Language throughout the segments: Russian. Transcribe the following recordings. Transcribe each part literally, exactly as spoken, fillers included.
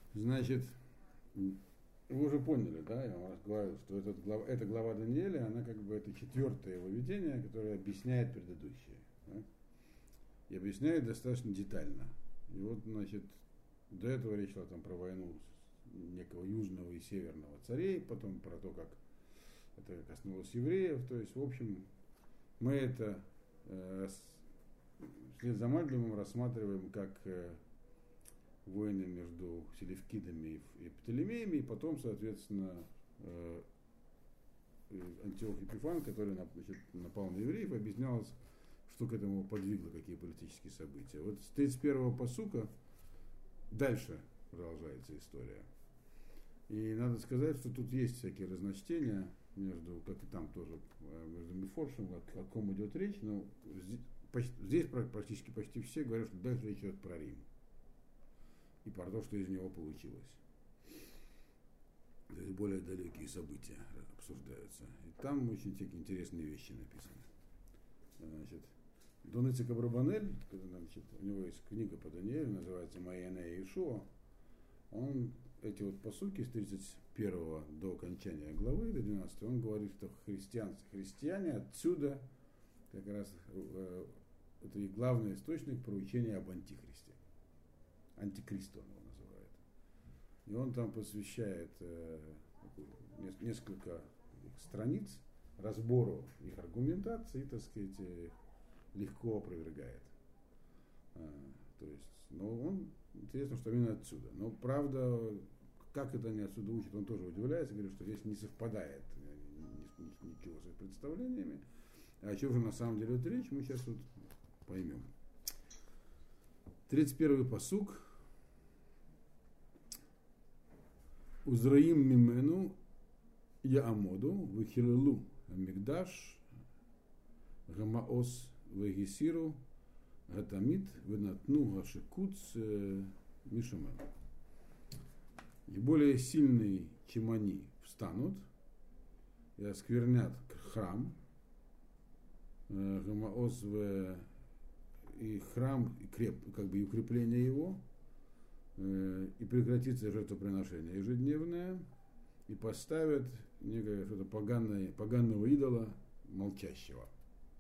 Значит, вы уже поняли, да, я вам говорил, что этот глава, эта глава Даниэля, она как бы это четвертое его видение, которое объясняет предыдущее. Да? И объясняет достаточно детально. И вот, значит, до этого речь шла там про войну некого южного и северного царей, потом про то, как это коснулось евреев. То есть, в общем, мы это э, вслед за Мальбимом рассматриваем как э, войны между селевкидами и Птолемеями, и потом, соответственно, э, Антиох Епифан, который, значит, напал на евреев, объяснялось, что к этому подвигло, какие политические события. Вот с тридцать первого пасука дальше продолжается история. И надо сказать, что тут есть всякие разночтения между, как и там тоже, между Мифоршем, о ком идет речь, но здесь, здесь практически почти все говорят, что дальше речь идет про Рим. И про то, что из него получилось. То есть более далекие события обсуждаются. И там очень такие интересные вещи написаны. Значит, Дон Ицек Абрабанель, значит, у него есть книга по Даниэлю, называется «Майяна и Ишуа». Он эти вот пасуки с тридцать первого до окончания главы, до двенадцатого, он говорит, что христиан, христиане отсюда как раз э, это и главный источник про учение об антихристе. Антикристу он его называет. И он там посвящает э, несколько страниц разбору их аргументации, так сказать, легко опровергает. А, то есть, но он, интересно, что именно отсюда. Но правда, как это они отсюда учат, он тоже удивляется, говорит, что здесь не совпадает ничего с их представлениями. А о чем же на самом деле это речь, мы сейчас вот поймем. тридцать первый пасук. Узраим мимену яамоду вихилелу амигдаш гамаос вегисиру гатамит венатну гашикуц мишамен. И более сильные, чем они, встанут и осквернят храм гамаос и храм, и креп, как бы и укрепление его, и прекратится жертвоприношение ежедневное, и поставят некое что-то поганое, поганого идола молчащего.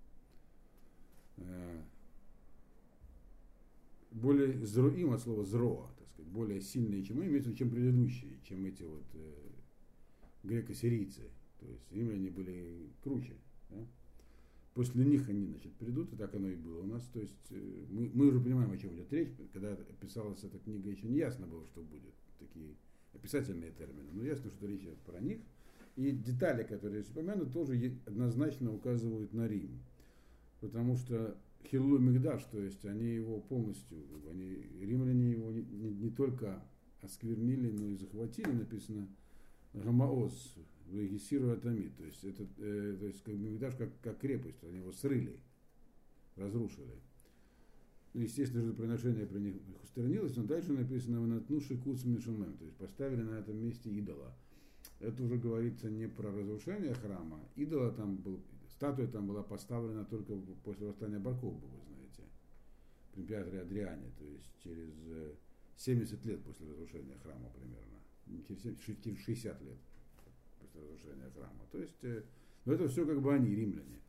Более зроим от слова зроа, так сказать, более сильные, чем имеется, чем предыдущие, чем эти вот э, греко-сирийцы. То есть римляне были круче. Да? После них они, значит, придут, и так оно и было у нас. То есть мы, мы уже понимаем, о чем идет речь. Когда писалась эта книга, еще не ясно было, что будет. Такие описательные термины. Но ясно, что речь идет про них. И детали, которые здесь упомянуты, тоже однозначно указывают на Рим. Потому что Хиллу Мигдаш, то есть они его полностью, они, римляне его не, не, не только осквернили, но и захватили, написано Гамаоз, Вегисиру Атами, то есть это, э, то есть как Мигдаш как, как крепость, они его срыли, разрушили. Ну, естественно, жертвоприношение при них устранилось, но дальше написано «Ванатнуши куц мишумем», то есть поставили на этом месте идола. Это уже говорится не про разрушение храма, идола там был, статуя там была поставлена только после восстания Бар-Кохбы, вы знаете, при императоре Адриане, то есть через семьдесят лет после разрушения храма примерно, через шестьдесят лет после разрушения храма. То есть, ну, это все как бы они, римляне.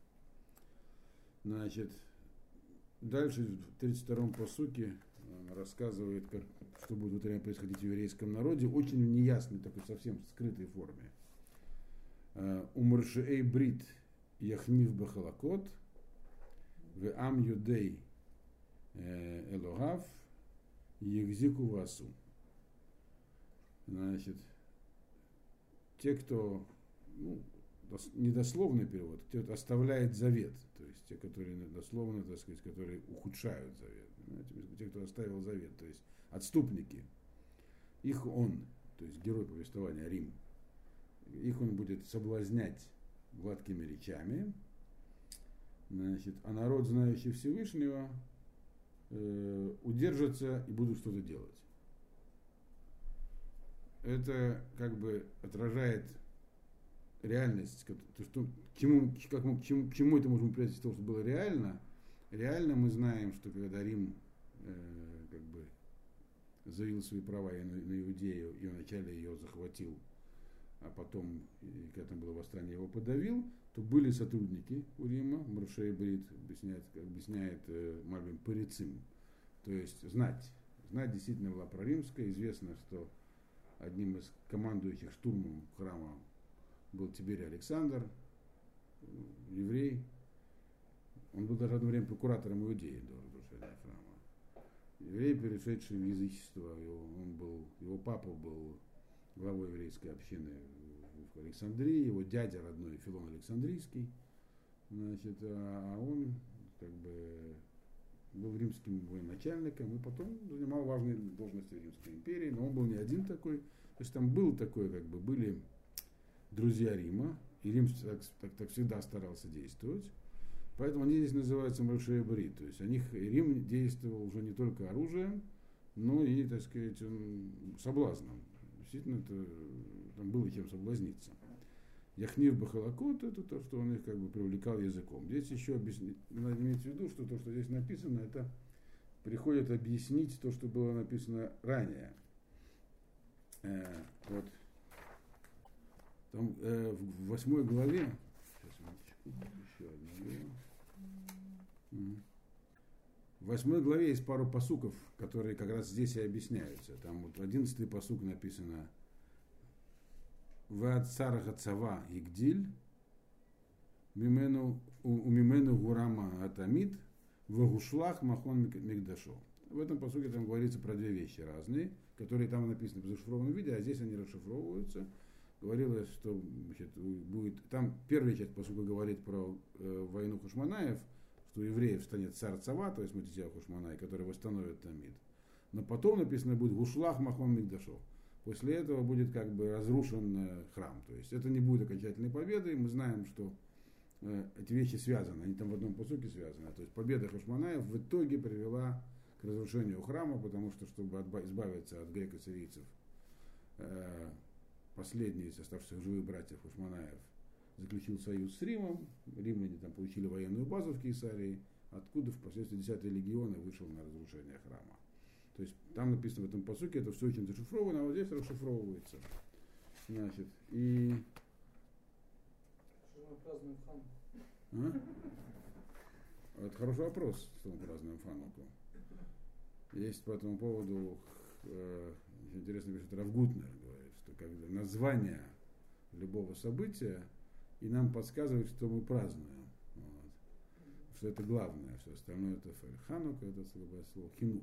Значит, дальше в тридцать втором пасуке рассказывает, как, что будет в это время происходить в еврейском народе, очень в неясной, такой совсем скрытой форме. Умршеэй брит яхнив бахалакот в ам юдей элогав егзику васу. Значит, те, кто, ну, недословный перевод, те, кто оставляет завет, то есть те, которые дословно, так сказать, которые ухудшают завет, понимаете? Те, кто оставил завет, то есть отступники, их он, то есть герой повествования Рим, их он будет соблазнять гладкими речами, значит, а народ, знающий Всевышнего, э, удержится и будут что-то делать. Это как бы отражает реальность, то, что, к, чему, как мы, к, чему, к чему это можем прийти из того, что было реально. Реально мы знаем, что когда Рим э, как бы заявил свои права на, на Иудею и вначале ее захватил, а потом, и к этому было восстание, его подавил, то были сотрудники у Рима, Моршей Брит, объясняет, объясняет э, Мальбим Парицим, то есть знать. Знать действительно была проримская. Известно, что одним из командующих штурмом храма был Тиберий Александр, еврей. Он был даже одно время прокуратором Иудеи до разрушения храма. Еврей, перешедший в язычество, его, он был, его папа был главой еврейской общины в Александрии, его дядя родной Филон Александрийский, значит, а он как бы был римским военачальником и потом занимал важные должности в Римской империи, но он был не один такой, то есть там был такой, как бы были друзья Рима, и Рим так, так, так всегда старался действовать, поэтому они здесь называются Моршей Брит, то есть о них Рим действовал уже не только оружием, но и, так сказать, соблазном. Действительно, это, там было чем соблазниться. Яхнив Бахалакот — это то, что он их как бы привлекал языком. Здесь еще объяснить, надо иметь в виду, что то, что здесь написано, это приходит объяснить то, что было написано ранее. Э, вот. Там э, в восьмой главе, сейчас, минуточку, еще одну главу. В восьмой главе есть пару пасуков, которые как раз здесь и объясняются. Там вот одиннадцатый пасук написано «Ваат цараха цава игдиль, мимену, у мимену гурама атамид, вагушлах махон мигдашо». В этом пасуке там говорится про две вещи разные, которые там написаны в зашифрованном виде, а здесь они расшифровываются. Говорилось, что значит, будет... Там первая часть пасука говорит про э, войну Хашманаев, что у евреев станет царь Цава, то есть Матитьяу Хашманай, который восстановит Тамид. Но потом написано будет «Гушлах махон мигдашо». После этого будет как бы разрушен э, храм. То есть это не будет окончательной победой. Мы знаем, что э, эти вещи связаны, они там в одном пасуке связаны. То есть победа Хашманаев в итоге привела к разрушению храма, потому что, чтобы отба- избавиться от греко-сирийцев, э, последний из оставшихся живых братьев Хашманаев заключил союз с Римом. Римляне там получили военную базу в Кейсарии, откуда впоследствии десятый легион вышел на разрушение храма. То есть там написано в этом пасуке, это все очень зашифровано, а вот здесь расшифровывается. Значит, и... Что мы празднуем Хануку? А? Это хороший вопрос, что мы празднуем Хануку. Есть по этому поводу э, интересно, что Рав Гутнер говорит, что когда название любого события и нам подсказывает, что мы празднуем. Вот. Что это главное, все остальное это Ханука, это слово хинух.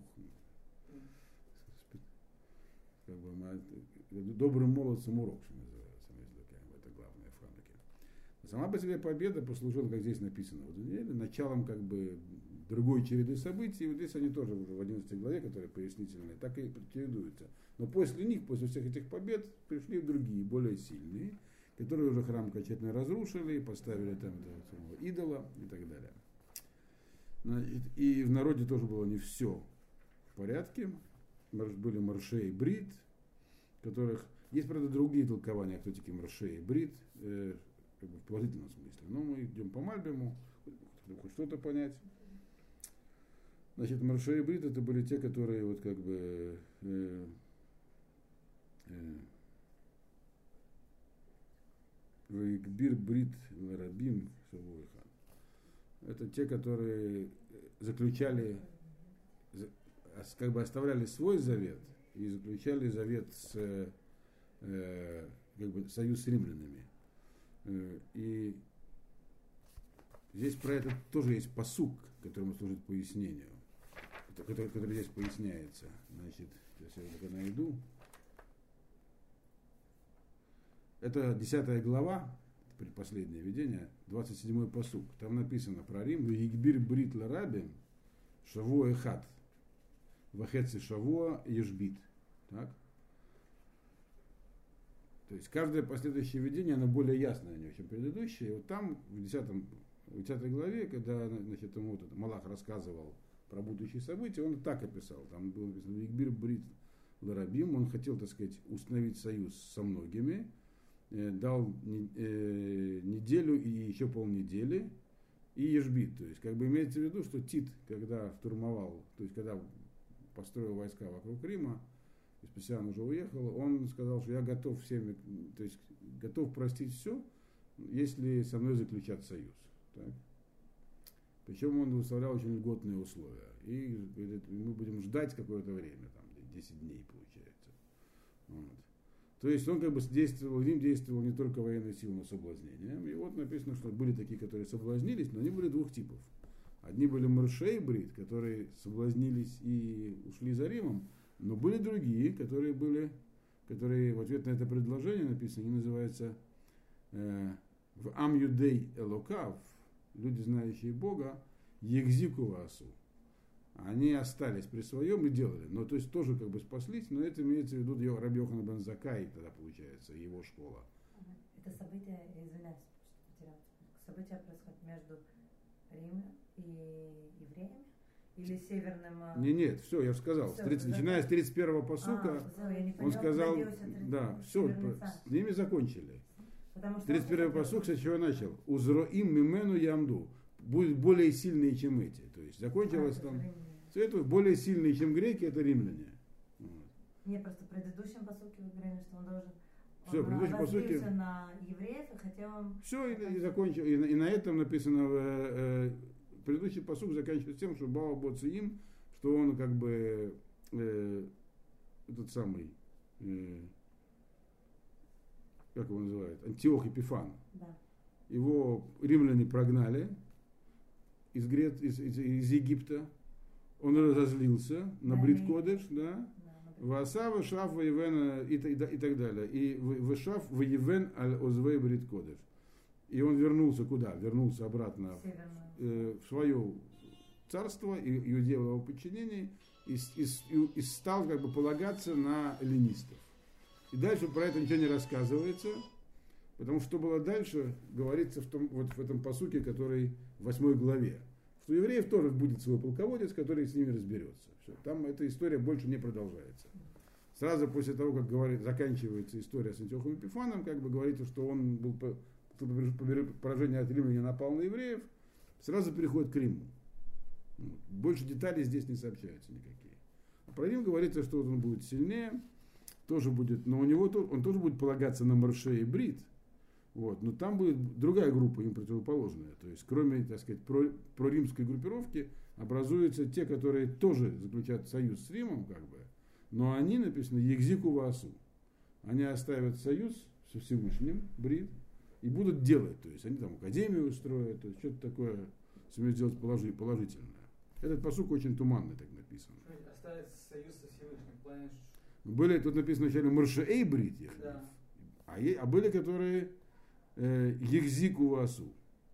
Как бы, добрым молодцам урок, что называется, это главное в Хануке. Сама по себе победа послужила, как здесь написано в Данииле, началом как бы другой череды событий. И вот здесь они тоже уже в одиннадцатой главе, которые пояснительные, так и чередуются. Но после них, после всех этих побед, пришли другие, более сильные, которые уже храм окончательно разрушили, поставили там этого идола и так далее. Значит, и в народе тоже было не все в порядке. Были Моршей и Брит, которых... Есть, правда, другие толкования, кто такие Моршей и Брит, э, как бы в положительном смысле. Но мы идем по Мальбиму, чтобы хоть что-то понять. Значит, Моршей и Брит это были те, которые вот как бы... Э, э, Вейгбир Брит Ларабим Шавуиха. Это те, которые заключали, как бы оставляли свой завет и заключали завет с э, как бы союз с римлянами. И здесь про это тоже есть пасук, которому служит пояснению, который, который здесь поясняется. Значит, сейчас я только найду. Это десятая глава, предпоследнее видение, двадцать седьмой пасук. Там написано про Рим: «Игбир брит ларабим шавуа эхат, вахеци шавуа ешбит». Так? То есть каждое последующее видение, оно более ясное, чем предыдущее. И вот там, в десятой, в десятой главе, когда значит, ему вот Малах рассказывал про будущие события, он так описал. Там было написано: «Игбир брит ларабим». Он хотел, так сказать, установить союз со многими, дал неделю и еще полнедели, и ешбит. То есть, как бы имеется в виду, что Тит, когда штурмовал, то есть, когда построил войска вокруг Рима, Веспасиан уже уехал, он сказал, что я готов всеми, то есть готов простить все, если со мной заключат союз. Так? Причем он выставлял очень льготные условия. И говорит, мы будем ждать какое-то время, там, десять дней получается. Вот. То есть он как бы действовал, Рим действовал не только военной силой, но соблазнением. И вот написано, что были такие, которые соблазнились, но они были двух типов. Одни были Маршей Брит, которые соблазнились и ушли за Римом, но были другие, которые были, которые в ответ на это предложение написано, они называются э, в Ам Юдей Элокав, люди, знающие Бога, Егзику Васу. Они остались при своем и делали. Но то есть тоже как бы спаслись, но это имеется в виду Раби Йоханан бен Заккай, тогда получается, его школа. Это событие, извиняюсь, что потерял. События происходят между Римом и евреями? Или северным... Не, нет, все, я же сказал, все, тридцать, начиная с тридцать первого пасука, а, все, он сказал, да, все, с ними закончили. тридцать первый пасук, с чего начал? Узроим мимену ямду. Будет более сильные, чем эти. То есть закончилось а, там... Все это более сильные, чем греки, это римляне. Вот. Не, просто в предыдущем пасуке вы говорили, что он должен... Все, он пасуке... на евреев и хотел... Все, и, и закончил. И, и на этом написано... Э, э, предыдущий пасук заканчивается тем, что Баал Боцеим, что он как бы... Э, этот самый... Э, как его называют? Антиох Епифан. Да. Его римляне прогнали из, Грет, из, из, из Египта. Он разозлился на да, Брит Кодеш, да. Васава шаф воевен и, и, и так далее. И вышав воевен аль озвей Брит Кодеш. И он вернулся куда? Вернулся обратно э, в свое царство и иудеевого подчинения и, и, и, и стал как бы полагаться на эллинистов. И дальше про это ничего не рассказывается. Потому что было дальше, говорится в, том, вот в этом пасуке, который в восьмой главе, что у евреев тоже будет свой полководец, который с ними разберется. Все. Там эта история больше не продолжается. Сразу после того, как говорит, заканчивается история с Антиохом Епифаном, как бы говорится, что он был по, по поражению от римлян напал на евреев, сразу переходит к Риму. Больше деталей здесь не сообщаются никакие. А про Рим говорится, что он будет сильнее, тоже будет, но у него он тоже будет полагаться на Марше и Брит. Вот. Но там будет другая группа, им противоположная. То есть, кроме, так сказать, про, проримской группировки, образуются те, которые тоже заключат союз с Римом, как бы, но они, написано, Егзику Васу. Они оставят союз со Всевышним, Брит, и будут делать. То есть, они там академию устроят, то есть, что-то такое сумеют сделать положительное. Этот пасук очень туманный, так написано. Оставить союз со Всевышним, в плане... Были, тут написано вначале Маршеэй Брит, да. а, а были, которые Егзику Васу.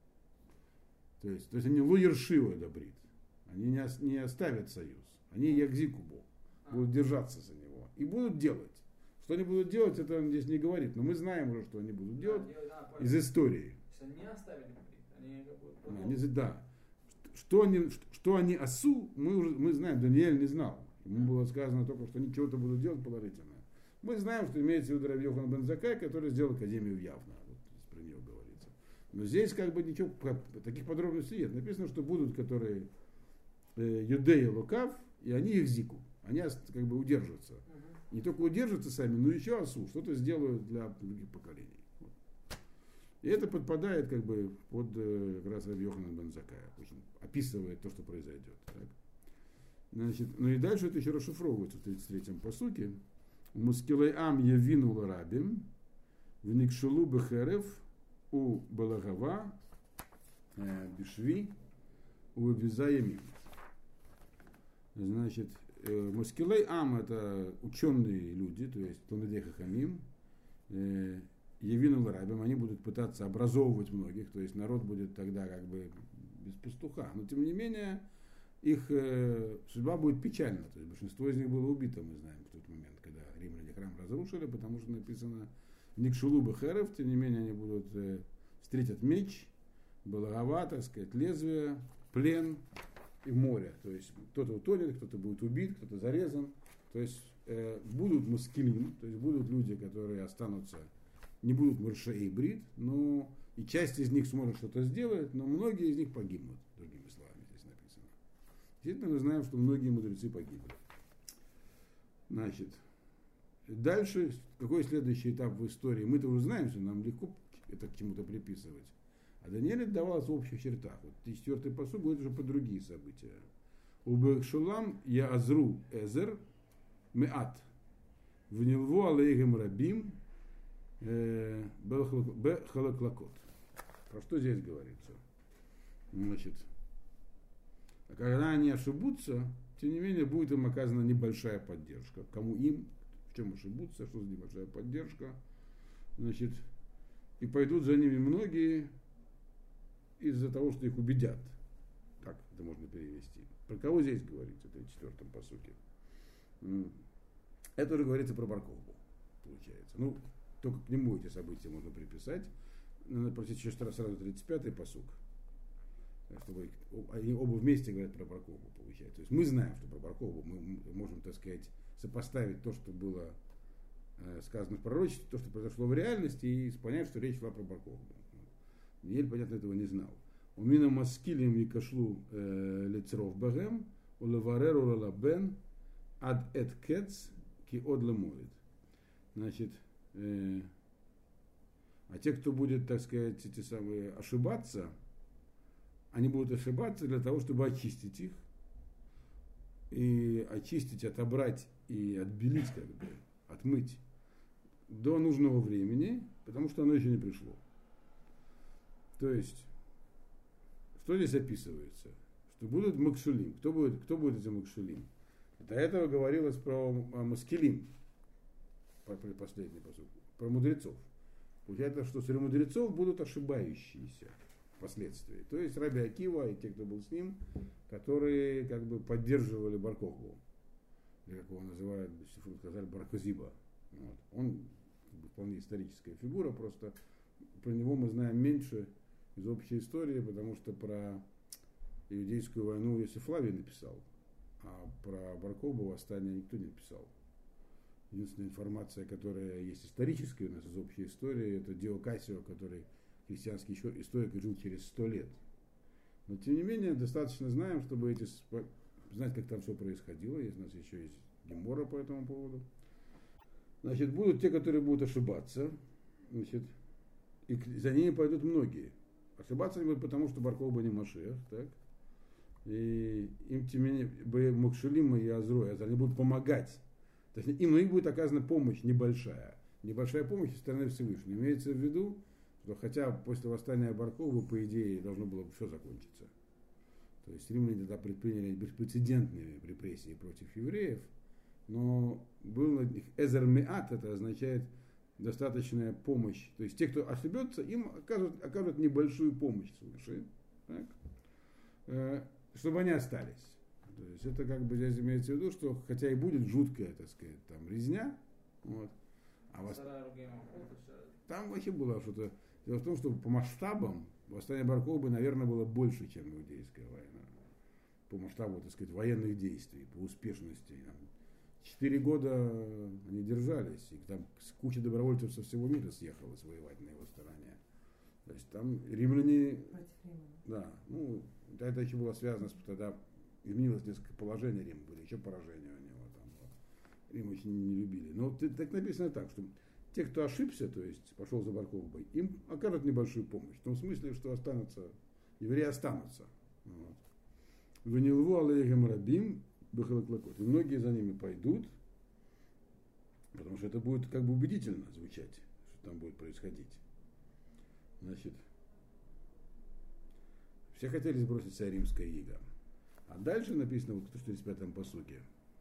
То есть, то есть они лоершива добрит. Они не, не оставят союз. Они Егзику будут держаться за него. И будут делать. Что они будут делать, это он здесь не говорит. Но мы знаем уже, что они будут делать да, да, из истории. Они не оставили они они, да. Что они, что они осу, мы, уже, мы знаем, Даниэль не знал. Ему было сказано только, что они чего-то будут делать положительное. Мы знаем, что имеется в виду Раби Йоханан бен Заккай, который сделал академию явно. Про него говорится. Но здесь как бы ничего, таких подробностей нет. Написано, что будут, которые э, юдеи лукав, и они их зику. Они как бы удержатся. Uh-huh. Не только удержатся сами, но еще осу, что-то сделают для других поколений. Вот. И это подпадает как бы под э, как раз Раби Йоханан бен Заккая. Описывает то, что произойдет. Так? Значит, ну и дальше это еще расшифровывается в тридцать третьем пасуке. Мускилай ам явину ларабим, вникшулу бехерев, у Балагава, Бишви, у Визаямим. Значит, Мускилей Ам это ученые люди, то есть Талмидей Хахамим, Явину Ларабим, они будут пытаться образовывать многих, то есть народ будет тогда как бы без пастуха. Но тем не менее, их судьба будет печальна. То есть большинство из них было убито, мы знаем, в тот момент, когда римляне храм разрушили, потому что написано Никшулу Бехерев, тем не менее они будут э, встретят меч, балагава, так сказать, лезвие, плен и море. То есть кто-то утонет, кто-то будет убит, кто-то зарезан. То есть э, будут маскилим, то есть будут люди, которые останутся, не будут Марше и Брит, но и часть из них сможет что-то сделать, но многие из них погибнут, другими словами здесь написано. Действительно, мы знаем, что многие мудрецы погибли. Значит, дальше, какой следующий этап в истории? Мы-то уже знаем, что нам легко это к чему-то приписывать. А Даниэль давалось в общих чертах. Вот четвертый посуд будет уже по другие события. Убекшулам яазру эзер меат. Внилво алейгем рабим бехалаклакот. Про что здесь говорится? Значит, когда они ошибутся, тем не менее будет им оказана небольшая поддержка. Кому им, в чем ошибутся, что за небольшая поддержка. Значит, и пойдут за ними многие из-за того, что их убедят. Так это можно перевести. Про кого здесь говорится в тридцать четвёртом пасуке? Это уже говорится про Бар-Кохбу, получается. Ну, только к нему эти события можно приписать. Надо просить еще сразу тридцать пятый пасук. Чтобы они оба вместе говорят про Бар-Кохбу, получается. То есть мы знаем, что про Бар-Кохбу мы можем, так сказать, сопоставить то, что было э, сказано в пророчестве, то, что произошло в реальности, и понять, что речь шла про Бар-Кохбу. Ель, понятно, этого не знал. У мина маскилим и кашлу лицеров багем, у левареру лалабен, ад эт кец ки од лемоид. Значит, э, а те, кто будет, так сказать, эти самые ошибаться, они будут ошибаться для того, чтобы очистить их, и очистить, отобрать и отбелить, как бы, отмыть до нужного времени, потому что оно еще не пришло. То есть, что здесь описывается? Что будут макшулим. Кто будет, кто будет этим макшулим? До этого говорилось про маскилим, про последний посуд, про мудрецов. Получается, что среди мудрецов будут ошибающиеся впоследствии. То есть Раби Акива и те, кто был с ним, которые как бы поддерживали Бар-Кохбу. Или как его называют, сказали, Бар-Козиба. Вот. Он как бы, вполне историческая фигура, просто про него мы знаем меньше из общей истории, потому что про иудейскую войну Йосеф Флавий написал, а про Бар-Кохбу восстание никто не написал. Единственная информация, которая есть историческая у нас из общей истории, это Дио Кассио, который христианский историк, жил через сто лет. Но тем не менее, достаточно знаем, чтобы эти, знать, как там все происходило. Есть, у нас еще есть гемора по этому поводу. Значит, будут те, которые будут ошибаться. Значит, и за ними пойдут многие. Ошибаться они будут потому, что Бар-Кохба не Машиах, так? И им, тем не менее, Макшулима и Азрой, они будут помогать. То есть им, им будет оказана помощь небольшая. Небольшая помощь со стороны Всевышнего. Имеется в виду, что хотя после восстания Бар-Кохбы, по идее, должно было все закончиться. То есть римляне тогда предприняли беспрецедентные репрессии против евреев, но был на них эзер меат, это означает достаточная помощь. То есть те, кто ошибется, им окажут, окажут небольшую помощь свыше, так? Э, чтобы они остались. То есть это как бы здесь имеется в виду, что хотя и будет жуткая, так сказать, там резня, вот, а вас... там вообще было что-то. Дело в том, что по масштабам восстание Бар-Кохбы, наверное, было больше, чем иудейская война. По масштабу, так сказать, военных действий, по успешности. Четыре года они держались, и там куча добровольцев со всего мира съехалась воевать на его стороне. То есть там римляне... Да, ну, это еще было связано с... Тогда изменилось несколько положений Рима, были еще поражения у него там. Вот. Рим очень не любили. Но так написано так, что те, кто ошибся, то есть пошел за Бар-Кохбой, им окажут небольшую помощь. В том смысле, что останутся, евреи останутся. Ванилву алейхем рабим бехалаклакот. И многие за ними пойдут, потому что это будет как бы убедительно звучать, что там будет происходить. Значит, все хотели сбросить себя римское иго. А дальше написано вот в тридцать пятом пасуке.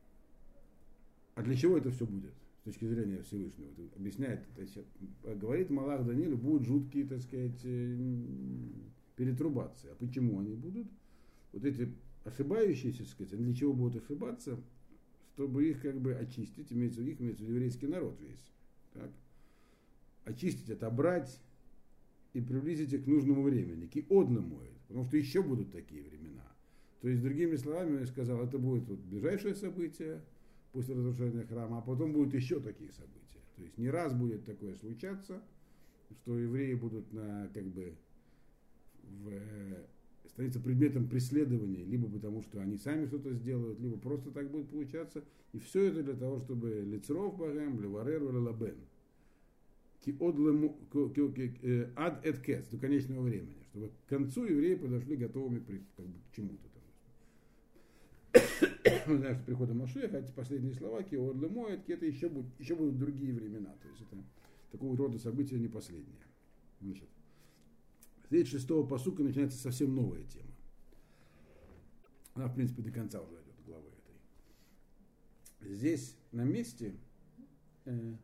А для чего это все будет? С точки зрения Всевышнего. Это объясняет, это, говорит Малах Даниилу, будут жуткие, так сказать, перетрубации. А почему они будут? Вот эти ошибающиеся, так сказать, они для чего будут ошибаться? Чтобы их как бы очистить, имеется в виду, их имеется в виду еврейский народ весь. Так? Очистить, отобрать и приблизить их к нужному времени. Ки одномоет. Потому что еще будут такие времена. То есть, другими словами, я сказал, это будет вот ближайшее событие после разрушения храма, а потом будут еще такие события. То есть не раз будет такое случаться, что евреи будут на, как бы, в становится предметом преследования, либо потому, что они сами что-то сделают, либо просто так будет получаться. И все это для того, чтобы лицров богам, леварер или лабен. Ки ад эт кес, до конечного времени. Чтобы к концу евреи подошли готовыми как бы, к чему-то там. Мы знаем, что приходом Машеха, эти последние слова, ки од лемоэт, это еще будут, еще будут другие времена. То есть это такого рода события не последние. Значит, здесь шестого пасука начинается совсем новая тема. Она, в принципе, до конца уже идет главы этой. Здесь на месте э,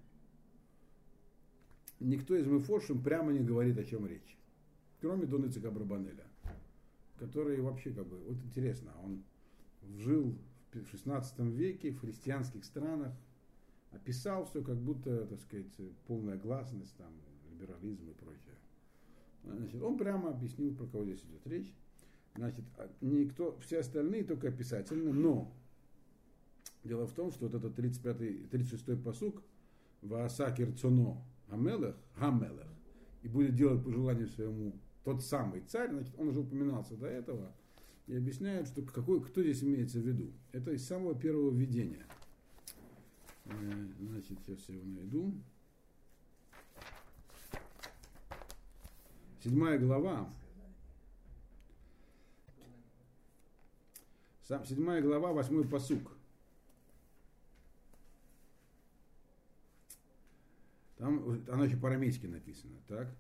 никто из Мефоршим прямо не говорит, о чем речь. Кроме Дон Ицхака Абрабанеля, который вообще, как бы, вот интересно, он жил в шестнадцатом веке в христианских странах, описал все, как будто, так сказать, полная гласность, там, либерализм и прочее. Значит, он прямо объяснил, про кого здесь идет речь. Значит, никто, все остальные только описательно, но дело в том, что вот этот тридцать пятый, тридцать шестой пасук Вааса кирцоно Амелех, Гамелех, и будет делать по желанию своему тот самый царь, значит, он уже упоминался до этого, и объясняет, что какой, кто здесь имеется в виду. Это из самого первого видения. Значит, сейчас я его найду. Седьмая глава. Сам, седьмая глава, восьмой пасук. Там оно еще по-арамейски написано, так?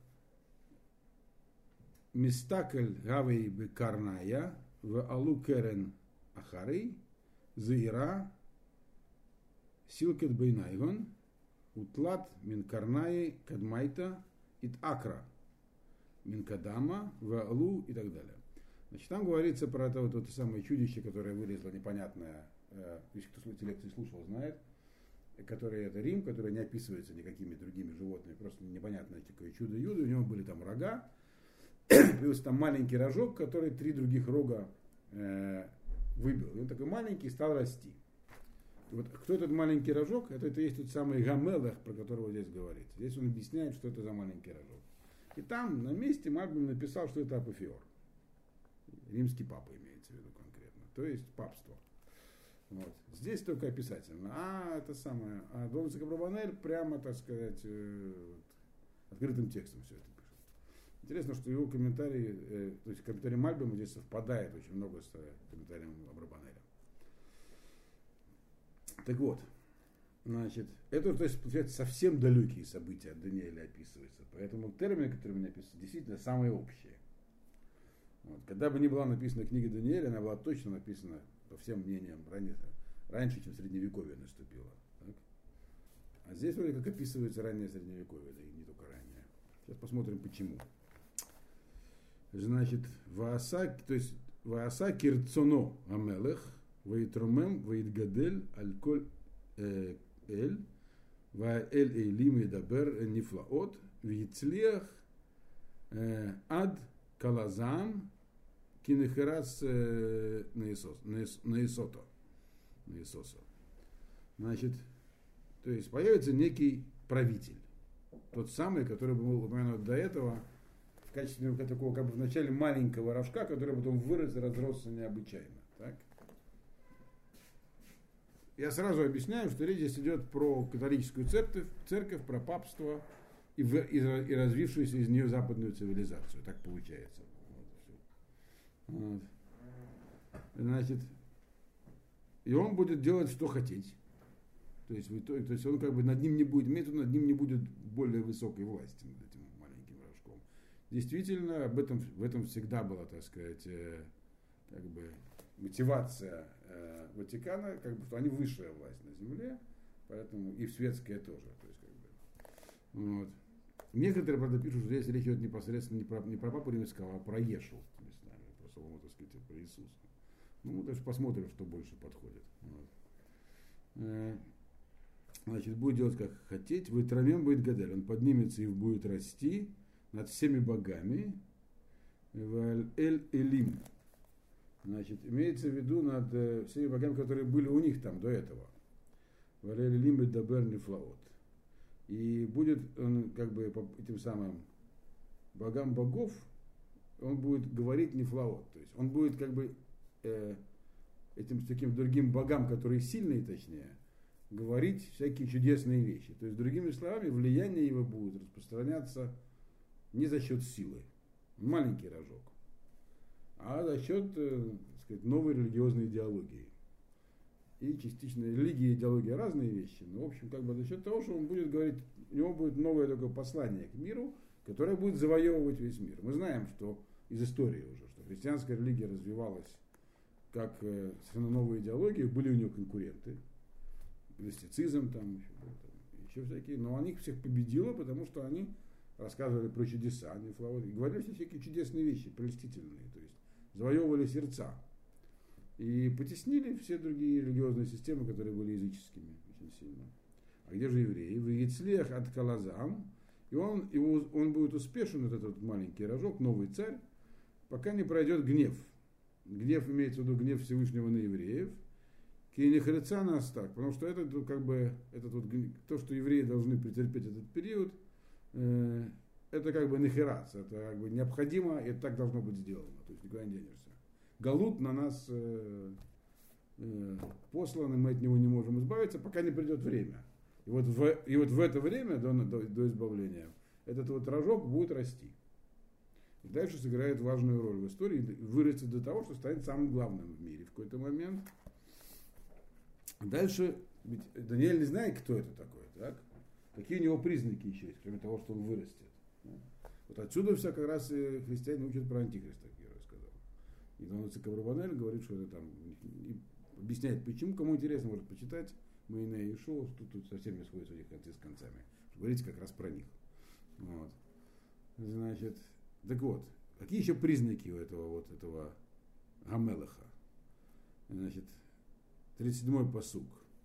Мистакль гавей бекарная в алу керен ахарей заира силкет бейнайгон утлат мин карнаи кадмайта ит акра мин кадама в алу и так далее. Значит, там говорится про это вот, вот это самое чудище, которое вылезло непонятное, э, если кто эти лекции слушал, знает, которое это Рим, который не описывается никакими другими животными, просто непонятное такое чудо-юдо, у него были там рога, появился там маленький рожок, который три других рога э, выбил. И он такой маленький стал расти. И вот кто этот маленький рожок? Это, это есть тот самый Гамелех, про которого здесь говорится. Здесь он объясняет, что это за маленький рожок. И там на месте Мальбим написал, что это апофеор. Римский папа имеется в виду конкретно. То есть папство. Вот. Здесь только описательно. А это самое. А Дон Ицхак Абрабанель прямо, так сказать, э, открытым текстом все это пишет. Интересно, что его комментарии, э, то есть комментарий Мальбима здесь совпадает очень много с э, комментарием Абрабанеля. Так вот, значит, это, то есть, получается, совсем далекие события от Даниэля описываются. Поэтому термины, которые мне описываются, действительно самые общие. Вот. Когда бы ни была написана книга Даниэля, она была точно написана, по всем мнениям, ранее, раньше, чем Средневековье наступило. Так? А здесь вроде как описывается раннее Средневековье, да и не только раннее. Сейчас посмотрим, почему. Значит, Вааса, то есть Вааса кирцоно амелех, ваитромем, ваитгадель, аль-коль эль, ваэль эйлим едабер нифлаот, вицлиах ад калазам, кинехерас наисото. Значит, то есть появится некий правитель, тот самый, который был упомянут до этого, в качестве такого, как бы в начале маленького рожка, который потом вырос и разросся необычайно. Так? Я сразу объясняю, что речь здесь идет про католическую церковь, церковь, про папство и, в, и, и развившуюся из нее западную цивилизацию. Так получается. Вот, вот. Значит, и он будет делать, что хотеть. То есть, то, то есть он как бы над ним не будет иметь, над ним не будет более высокой власти над этим маленьким рожком. Действительно, об этом, в этом всегда была, так сказать, э, как бы мотивация э, Ватикана, как бы, что они высшая власть на земле, поэтому и в светская тоже. То есть, как бы, вот. Некоторые, правда, пишут, что здесь речь идет непосредственно не про, не про папу римского, а про Ешу, местами, про самого, так сказать, про Иисуса. Ну, мы даже посмотрим, что больше подходит. Вот. Значит, будет делать как хотеть. В Итрамем будет гадель. Он поднимется и будет расти над всеми богами. В Эль-Элим. Значит, имеется в виду над всеми богами, которые были у них там до этого. В Эль-Элим и Дабер Нифлаот. И будет он как бы этим самым богам богов он будет говорить нефлаот. То есть он будет как бы э, этим таким другим богам, которые сильные, точнее, говорить всякие чудесные вещи. То есть, другими словами, влияние его будет распространяться не за счет силы, маленький рожок, а за счет, э, так сказать, новой религиозной идеологии. И частично религия и идеология разные вещи, но, в общем, как бы за счет того, что он будет говорить, у него будет новое такое послание к миру, которое будет завоевывать весь мир. Мы знаем, что из истории уже, что христианская религия развивалась как э, совершенно новая идеология, были у нее конкуренты, гностицизм там еще, был, там, еще всякие, но они их всех победила, потому что они рассказывали про чудеса, они и говорили все всякие чудесные вещи, прелестительные, то есть завоевывали сердца. И потеснили все другие религиозные системы, которые были языческими очень сильно. А где же евреи? В Яцлех от Калазам. И он, его, он будет успешен, вот этот маленький рожок, новый царь, пока не пройдет гнев. Гнев имеется в виду гнев Всевышнего на евреев. Кинехреца нас так, потому что это как бы этот вот, то, что евреи должны претерпеть этот период, э, это как бы нехерац, это как бы необходимо, и это так должно быть сделано, то есть никуда не денешься. Галут на нас э, э, послан, и мы от него не можем избавиться, пока не придет время. И вот в, и вот в это время, до, до, до избавления, этот вот рожок будет расти. И дальше сыграет важную роль в истории, вырастет до того, что станет самым главным в мире в какой-то момент. Дальше, ведь Даниэль не знает, кто это такой, так? Какие у него признаки еще есть, кроме того, что он вырастет. Вот отсюда все как раз и христиане учат про антихриста, как я уже сказал. И Дон Цикабрабанель говорит, что это там, и объясняет, почему, кому интересно, может почитать Моиней и Шоу, тут, тут совсем не сходятся у них концы с концами. Говорите как раз про них. Вот. Значит, так вот, какие еще признаки у этого вот этого Гамелаха? Значит, тридцать седьмой пасук.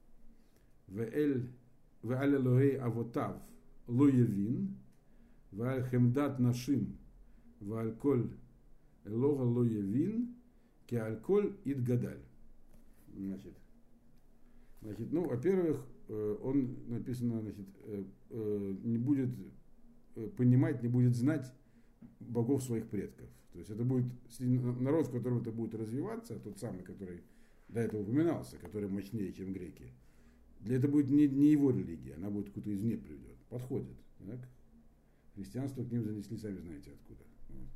Веэль веаль элохей авотав ло явин, веаль хемдат нашим, веаль коль элога ло явин, ке аль коль ид гадаль. Значит, значит, ну, во-первых, он написано, значит, не будет понимать, не будет знать богов своих предков. То есть это будет народ, в котором это будет развиваться, тот самый, который до этого упоминался, который мощнее, чем греки. Для этого будет не, не его религия, она будет откуда извне придет. Подходит. Так? Христианство к ним занесли, сами знаете откуда.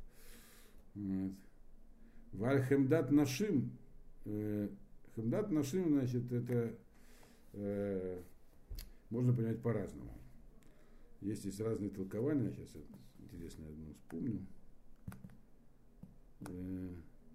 Вот. Валь хемдат нашим. Э, хемдат нашим, значит, это э, можно понять по-разному. Есть здесь разные толкования, сейчас я интересное одно вспомню. Э,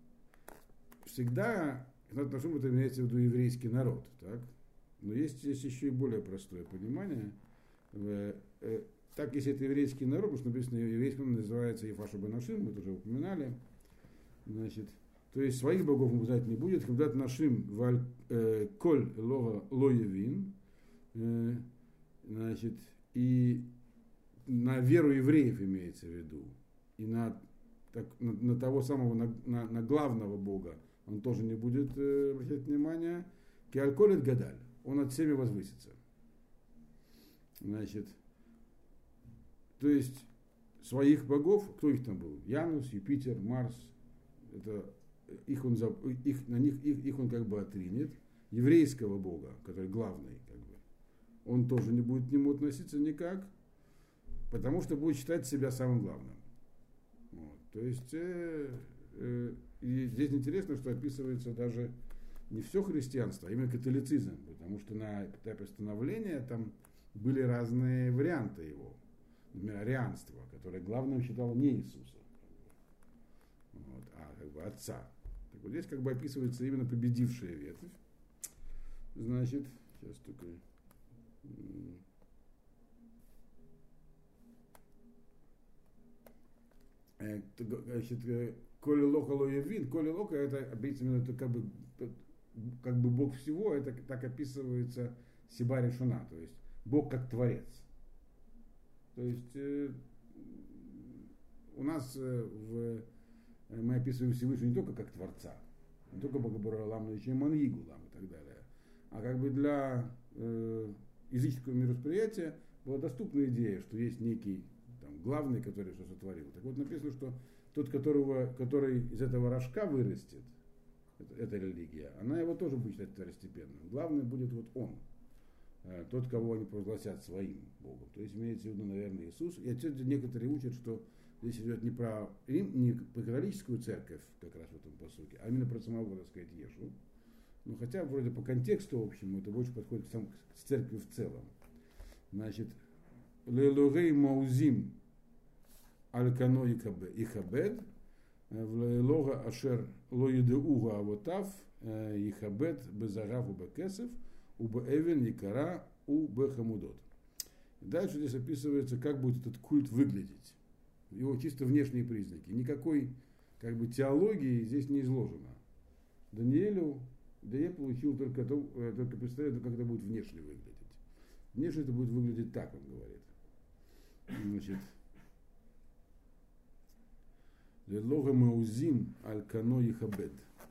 всегда хемдат нашим это имеется в виду еврейский народ, так? Но есть здесь еще и более простое понимание. Э, э, так, если это еврейский народ, потому что написано, еврейским называется Ефаша Банашим, мы это уже упоминали, значит, то есть своих богов он знать не будет, когда нашим валь э, коль лога лоевин, э, значит, и на веру евреев имеется в виду, и на, так, на, на того самого, на, на, на главного бога он тоже не будет э, обращать внимание, киальколит гадаль, он от всеми возвысится. Значит, то есть своих богов, кто их там был? Янус, Юпитер, Марс, это их он, их, на них, их, их он как бы отринет. Еврейского бога, который главный, как бы, он тоже не будет к нему относиться никак, потому что будет считать себя самым главным. Вот. То есть, э, э, и здесь интересно, что описывается даже не все христианство, а именно католицизм, потому что на этапе становления там были разные варианты его. Например, арианство, которое главным считало не Иисуса, вот, а как бы отца. Так вот здесь как бы описывается именно победившая ветвь. Значит, сейчас только... Значит, коли лока лоевин, коли лока это именно это как бы, как бы Бог всего, это так описывается Сиба Решуна, то есть Бог как Творец. То есть э, у нас э, в, мы описываем Всевышнего не только как Творца, не только Бога Баралам, но еще и Мангигулам и так далее. А как бы для э, языческого мировосприятия была доступна идея, что есть некий там, главный, который что сотворил. Так вот написано, что тот, которого, который из этого рожка вырастет, это, эта религия, она его тоже будет считать второстепенным. Главный будет вот он, тот, кого они провозгласят своим Богом. То есть имеется в виду, наверное, Иисус. И отсюда некоторые учат, что здесь идет не про Рим, не про католическую церковь, как раз в этом посуке, а именно про самого, так сказать, Ешу. Ну, хотя вроде по контексту общему это больше подходит к, сам, к церкви в целом. Значит, Лейлогей Маузим Алькано и Хабед, Лейлога Ашер Лоидеуга Авотав и Хабед Безагав Убекесев, Убеэвен Якара Убехамудот. Дальше здесь описывается, как будет этот культ выглядеть. Его чисто внешние признаки. Никакой как бы теологии здесь не изложено. Даниэлю Да я получил только, то, только представляю, как это будет внешне выглядеть. Внешне это будет выглядеть так, он говорит. Значит, Ледлога Маузим Алькано и Хабед.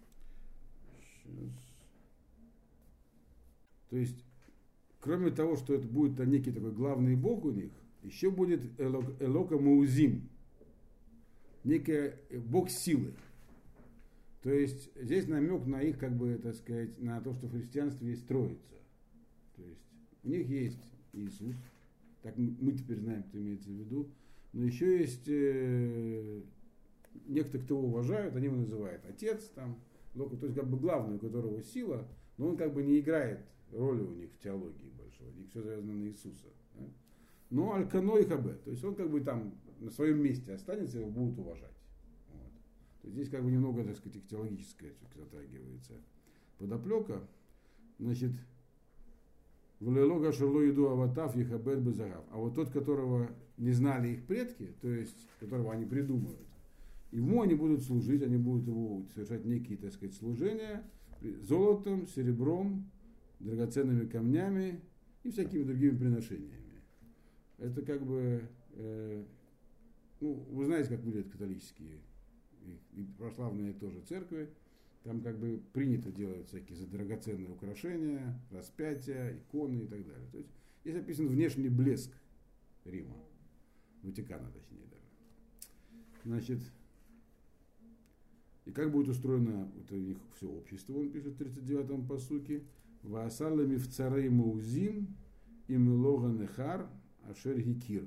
То есть, кроме того, что это будет некий такой главный бог у них, еще будет Элока Маузим, некий бог силы. То есть здесь намек на их, как бы, так сказать, на то, что в христианстве есть Троица. То есть у них есть Иисус, так мы теперь знаем, кто имеется в виду, но еще есть э, некто, кто его уважают, они его называют Отец, там, то есть как бы главный, у которого сила, но он как бы не играет роли у них в теологии большой, у них все завязано на Иисуса. Да? Но Алькано и Хабед, то есть он как бы там на своем месте останется, его будут уважать. То есть здесь как бы немного, так сказать, теологическая затрагивается подоплека. Значит, Влелога Шерло Иду Аватав Ехабед Безагав. А вот тот, которого не знали их предки, то есть которого они придумают, ему они будут служить, они будут его совершать некие, так сказать, служения золотом, серебром, драгоценными камнями и всякими другими приношениями. Это как бы, э, ну, вы знаете, как выглядят католические и православные тоже церкви, там как бы принято делать всякие драгоценные украшения, распятия, иконы и так далее. То есть здесь описан внешний блеск Рима, Ватикана точнее даже. Значит, и как будет устроено вот у них все общество, он пишет в тридцать девятом пасуке, «Ваасалами в царей Маузим и Мелога Нехар Ашер Гикир».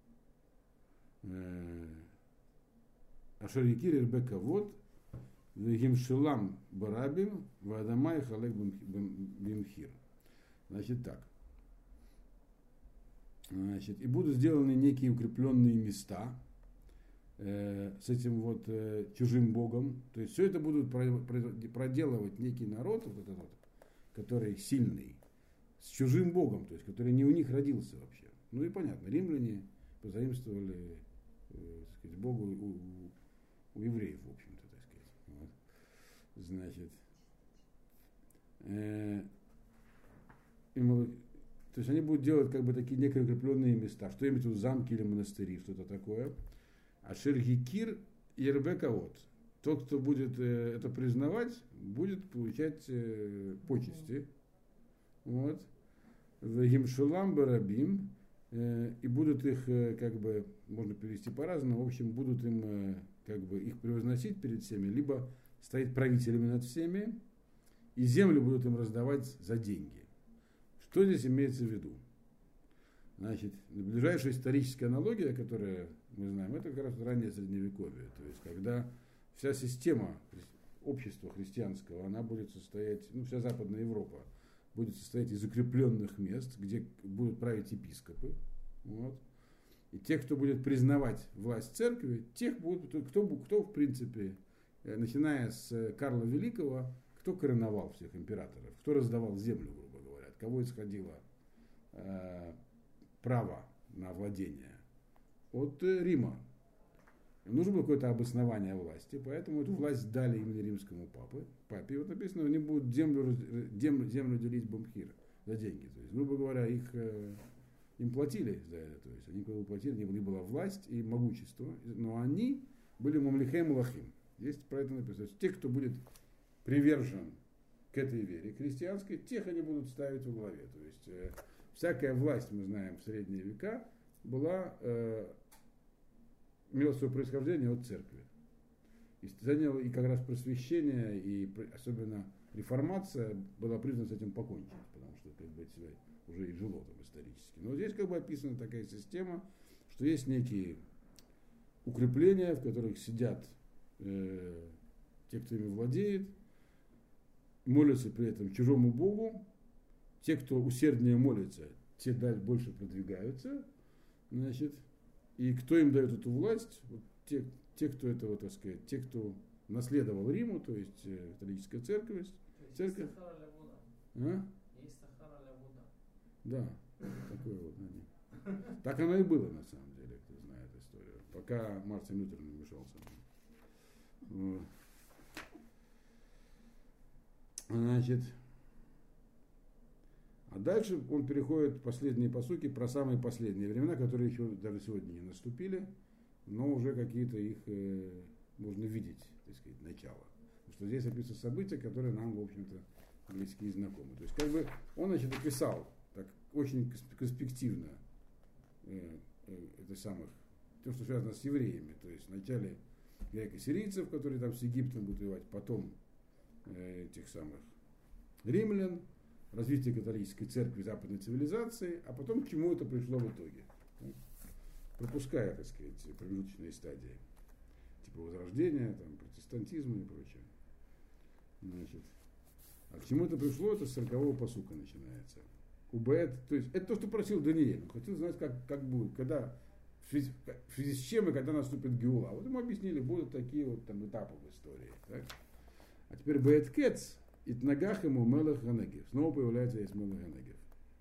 Ашер Якир Ирбека вот, Гимшилам Барабим, Вадамай Халек Бимхир. Значит так. Значит, и будут сделаны некие укрепленные места э, с этим вот э, чужим богом. То есть все это будут проделывать некий народ, вот этот вот, который сильный, с чужим богом, то есть который не у них родился вообще. Ну и понятно, римляне позаимствовали э, так сказать, богу у, у евреев, в общем-то, так сказать. Вот. Значит, э, им, то есть они будут делать как бы такие некие укрепленные места, что имеется в виду замки или монастыри, что-то такое. А Шергикир и Ербекавод, тот, кто будет э, это признавать, будет получать э, почести. Вот. В Гимшулам Барабим, э, и будут их, э, как бы, можно перевести по-разному, в общем, будут им э, как бы их превозносить перед всеми, либо стоять правителями над всеми, и землю будут им раздавать за деньги. Что здесь имеется в виду? Значит, ближайшая историческая аналогия, которую мы знаем, это как раз раннее Средневековье. То есть, когда вся система общества христианского, она будет состоять, ну, вся Западная Европа будет состоять из укрепленных мест, где будут править епископы. Вот. И те, кто будет признавать власть церкви, тех будут, кто, кто в принципе, начиная с Карла Великого, кто короновал всех императоров, кто раздавал землю, грубо говоря, от кого исходило э, право на владение? От э, Рима. Им нужно было какое-то обоснование власти, поэтому эту власть дали именно римскому папе. Папе. И вот написано, они будут землю, землю, землю делить бомхир за деньги. То есть, грубо говоря, их... Э, им платили за это, то есть они когда платили, у них была власть и могущество, но они были мамлихей малахим. Здесь про это написано. То есть те, кто будет привержен к этой вере христианской, тех они будут ставить во главе. То есть э, всякая власть, мы знаем, в средние века была, э, имела свое происхождение от церкви. И занял, и как раз просвещение, и особенно реформация была признана с этим покончить, потому что как бы, это уже и жило там исторически. Но здесь как бы описана такая система, что есть некие укрепления, в которых сидят э, те, кто ими владеет, молятся при этом чужому Богу. Те, кто усерднее молится, те дальше больше продвигаются. Значит, и кто им дает эту власть? Вот те, те, кто этого, так сказать, те, кто наследовал Риму, то есть э, католическая церковь. церковь. А? Да, такое вот они. Так оно и было на самом деле, кто знает историю. Пока Мартин Лютер не вмешался. Вот. Значит, а дальше он переходит в последние посуки про самые последние времена, которые еще даже сегодня не наступили, но уже какие-то их э, можно видеть, так сказать, начало. Потому что здесь описаны события, которые нам, в общем-то, близки и знакомы. То есть, как бы он, значит, описал так очень конспективно э, э, это самых, то, что связано с евреями. То есть, вначале греко-сирийцев, которые там с Египтом будут воевать, потом э, этих самых римлян, развитие католической церкви, западной цивилизации, а потом к чему это пришло в итоге. Пропуская, так сказать, промежуточные стадии, типа возрождения, там, протестантизма и прочее. Значит, а к чему это пришло, это с сорокового пасука начинается. Убет, то есть это то, что просил Даниэль. Он хотел знать, как, как будет, когда, в связи, в связи с чем и когда наступит Геула. Вот ему объяснили, будут такие вот там этапы в истории. Так? А теперь Бет Кец, Итнагах ему Мелах Ганегев. Снова появляется есть Мелах Ганегев.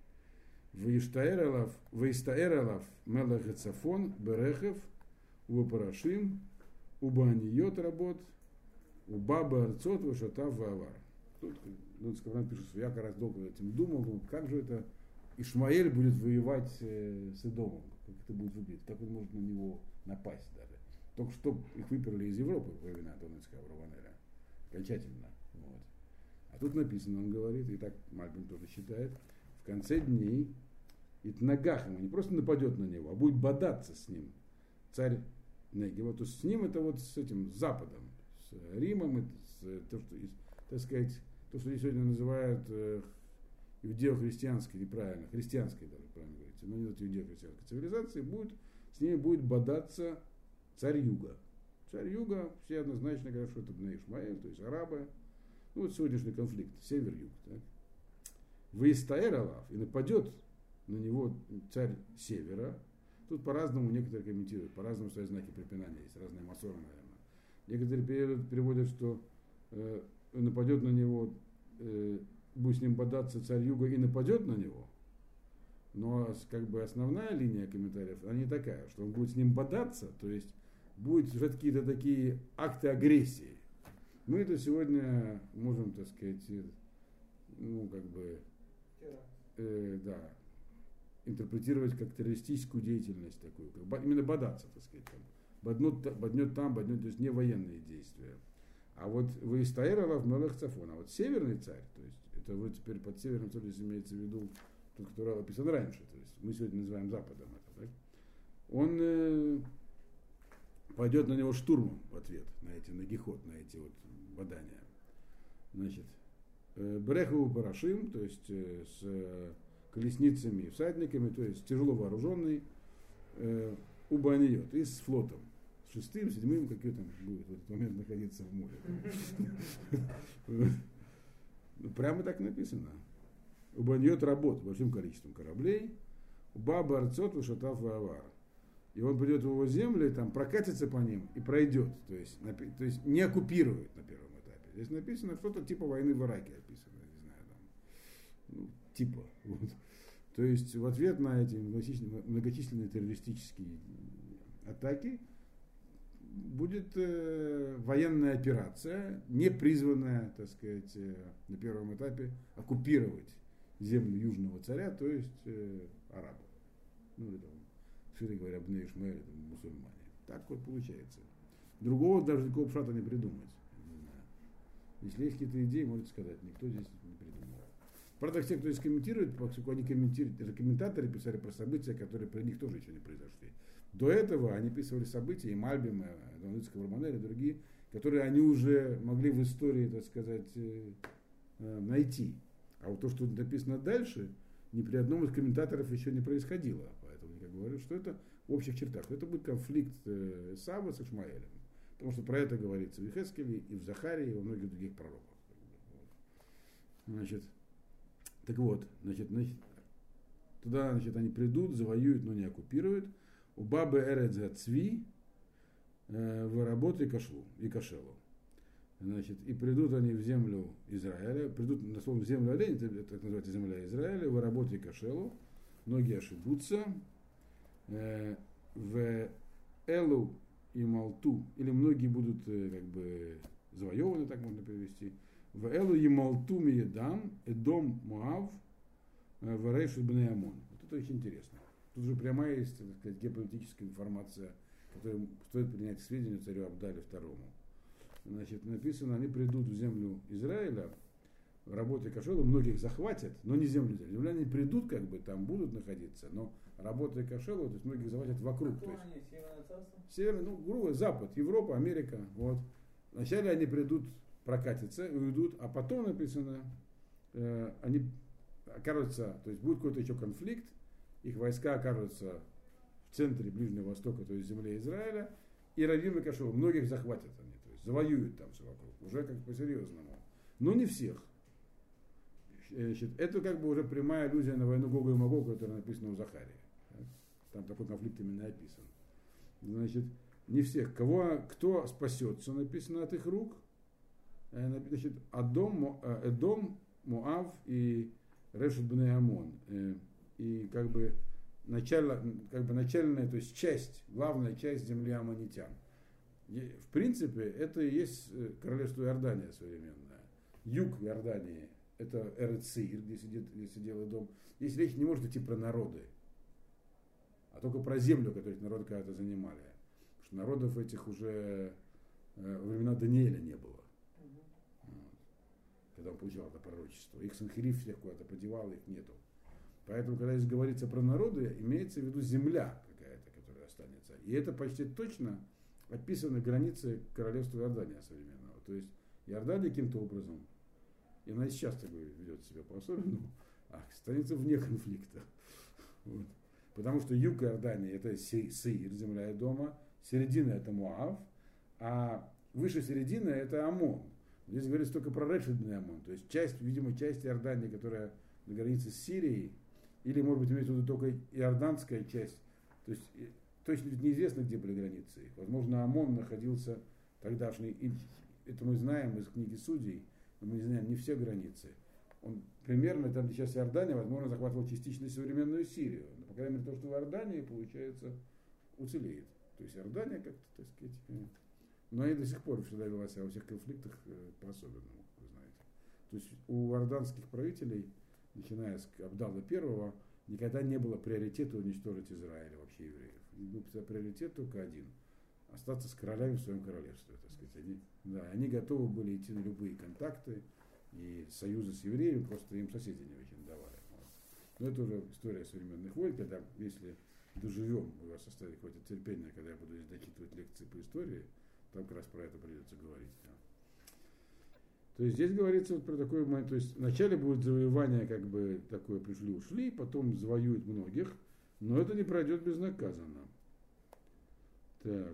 Ваистаэралав Мелах Гацафон, Берехев, Упарашим, Убаниот работ, Убаба Арцот, Вашатав Вавар. Тут Скавран пишет, что я как раз долго над этим думал, думал, как же это Ишмаэль будет воевать э, с Эдомом, как это будет выглядеть, как он может на него напасть даже. Только что их выперли из Европы во времена Донецкого Раванеля. Окончательно. Вот. А тут написано, он говорит, и так Мальбим тоже считает, в конце дней Итнагах ему не просто нападет на него, а будет бодаться с ним царь Негева. То есть с ним это вот с этим, с Западом, с Римом, с, то, что, так сказать, то, что здесь сегодня называют э, иудео-христианской, неправильно, христианской даже, правильно говорите, но не иудео-христианской цивилизации, будет, с ними будет бодаться царь Юга. Царь Юга, все однозначно говорят, что это Бней Ишмаэль, то есть арабы. Ну вот сегодняшний конфликт, север-юг. Так? Ваистаэр Алав, и нападет на него царь севера. Тут по-разному некоторые комментируют, по-разному свои знаки препинания есть, разные масоры, наверное. Некоторые переводят, что э, нападет на него, э, будет с ним бодаться царь юга и нападет на него. Но как бы основная линия комментариев, она не такая, что он будет с ним бодаться, то есть будут уже какие-то такие акты агрессии. Мы это сегодня можем, так сказать, ну, как бы, э, да, интерпретировать как террористическую деятельность такую, как, именно бодаться, так сказать, там. Боднет, боднет там, боднет, то есть не военные действия. А вот Ваистаэралав Мелах Цафон, а вот северный царь, то есть это вот теперь под северным царем имеется в виду тот, который описан раньше, то есть мы сегодня называем Западом это, так? Он э, пойдет на него штурмом в ответ на эти, на гихот, на эти вот бодания. Значит, э, Брехову Парашим, то есть э, с э, колесницами и всадниками, то есть тяжело вооруженный, э, Убаниот, и с флотом. С шестым, седьмым, какой там будет в этот момент находиться в море. Прямо так написано. Убаниот работ большим количеством кораблей, Баба Арцот Вышатав Вавар. И он придет в его землю, и там прокатится по ним и пройдет. То есть, то есть не оккупирует на первом этапе. Здесь написано что-то типа войны в Ираке описано, не знаю, там. Ну, типа. Вот. То есть в ответ на эти многочисленные террористические атаки будет э, военная операция, не призванная, так сказать, э, на первом этапе оккупировать землю южного царя, то есть э, арабов. Ну, или там, шире говоря, Бней Ишмаэль, это мусульмане. Так вот получается. Другого даже такого пшата не придумать. Не знаю. Если есть какие-то идеи, можете сказать, никто здесь не придумал. Правда, все, кто здесь комментирует, поскольку они комментируют, это комментаторы писали про события, которые про них тоже еще не произошли. До этого они писали события, и Мальбим, и Донецкого Романеля, и другие, которые они уже могли в истории, так сказать, найти. А вот то, что написано дальше, ни при одном из комментаторов еще не происходило. Поэтому я говорю, что это в общих чертах. Это будет конфликт Эсава с Ишмаэлем. Потому что про это говорится в Йехескеле, и в Захарии, и во многих других пророках. Значит, так вот, значит, туда, значит, они придут, завоюют, но не оккупируют. У бабы Эрец Гацви в работу и кашлу, и кашелу. Значит, и придут они в землю Израиля, придут, на словом, в землю оленей, это так называется земля Израиля, в работе и кашелу. Многие ошибутся. В Элу и Малту, или многие будут как бы завоеваны, так можно перевести. В Элу и Малту Миедам, Эдом Муав, в Рейшу Бней Амон. Вот это очень интересно. Тут же прямая есть, так сказать, геополитическая информация, которую стоит принять к сведению царю Абдале второму. Значит, написано, они придут в землю Израиля, в работе кашелу, многих захватят, но не землю Израиля. Земляне придут, как бы, там будут находиться, но работа кашелу, то есть многих захватят вокруг. А то есть, они, Северное царство? Северный, ну, грубо, Запад, Европа, Америка. Вот. Вначале они придут, прокатятся и уйдут, а потом написано, э, они окажутся, то есть будет какой-то еще конфликт, их войска окажутся в центре Ближнего Востока, то есть земле Израиля, и Равим и Кашел, многих захватят они, то есть завоюют там все вокруг, уже как по-серьезному. Но не всех. Значит, это как бы уже прямая аллюзия на войну Гога и Магога, которая написана у Захарии. Там такой конфликт именно описан. Значит, не всех. Кого, кто спасется, написано от их рук. Значит, Адом, Эдом, Моав и Решет Бней Амон. И как бы, начало, как бы начальная, то есть часть, главная часть земли аммонитян. В принципе, это и есть королевство Иордания современное. Юг Иордании — это Эрец-Сеир, где сидит, где сидел Эдом. Здесь речь не может идти про народы, а только про землю, которую народы когда-то занимали. Потому что народов этих уже э, во времена Даниэля не было. Вот. Когда он получал это пророчество. Их Санхериф всех куда-то подевал, их нету. Поэтому, когда здесь говорится про народы, имеется в виду земля какая-то, которая останется. И это почти точно описаны границы королевства Иордания современного. То есть Иордания каким-то образом, и она и сейчас так ведет себя по-особенному, а станется вне конфликта. Вот. Потому что юг Иордании — это Сеир, земля Эдома, середина — это Моав, а выше середины — это Амон. Здесь говорится только про Решет Бней Амон, то есть часть, видимо, часть Иордании, которая на границе с Сирией, или, может быть, имеется в виду только иорданская часть. То есть точно неизвестно, где были границы их. Возможно, Амон находился тогдашний, это мы знаем из книги Судей, но мы не знаем не все границы. Он примерно, там, где сейчас Иордания, возможно, захватывал частично современную Сирию. Но, по крайней мере, то, что в Иордании, получается, уцелеет. То есть Иордания как-то, так сказать, но и до сих пор всегда вела себя во всех конфликтах по-особенному, вы знаете. То есть у иорданских правителей, начиная с Абдалла первого, никогда не было приоритета уничтожить Израиль, вообще евреев. Был приоритет только один — остаться с королями в своем королевстве, так сказать. Они, да, они готовы были идти на любые контакты и союзы с евреями, просто им соседи не очень давали. Вот. Но это уже история современных войн, когда, если доживем, у вас оставит хватит терпения, когда я буду здесь дочитывать лекции по истории, там как раз про это придется говорить. Да. То есть здесь говорится вот про такой момент, то есть вначале будет завоевание, как бы такое пришли-ушли, потом завоюют многих, но это не пройдет безнаказанно. Так.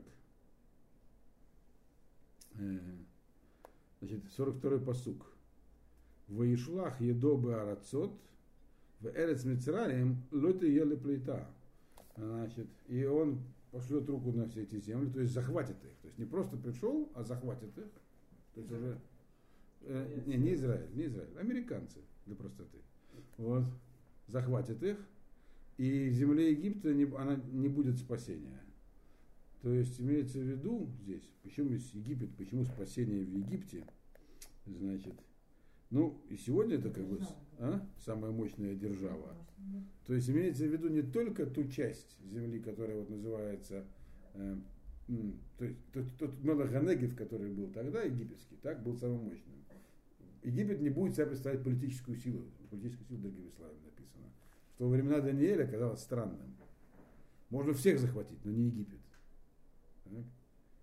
Значит, сорок второй пасук. Ваишлах едобы арацот, в эрец Мицраим лоты ели плита. Значит, и он пошлет руку на все эти земли, то есть захватит их. То есть не просто пришел, а захватит их. То есть уже э, не, не Израиль, не Израиль, американцы для простоты. Вот. Захватит их, и в земле Египта не, она не будет спасения. То есть имеется в виду здесь, почему Египет, почему спасение в Египте, значит, ну и сегодня это как бы а, самая мощная держава. То есть имеется в виду не только ту часть земли, которая вот называется, э, то есть тот, тот Мелах-Ганегев, который был тогда египетский, так, был самым мощным. Египет не будет себя представлять политическую силу, политическую силу, другими словами написано, что во времена Даниэля казалось странным. Можно всех захватить, но не Египет. Так?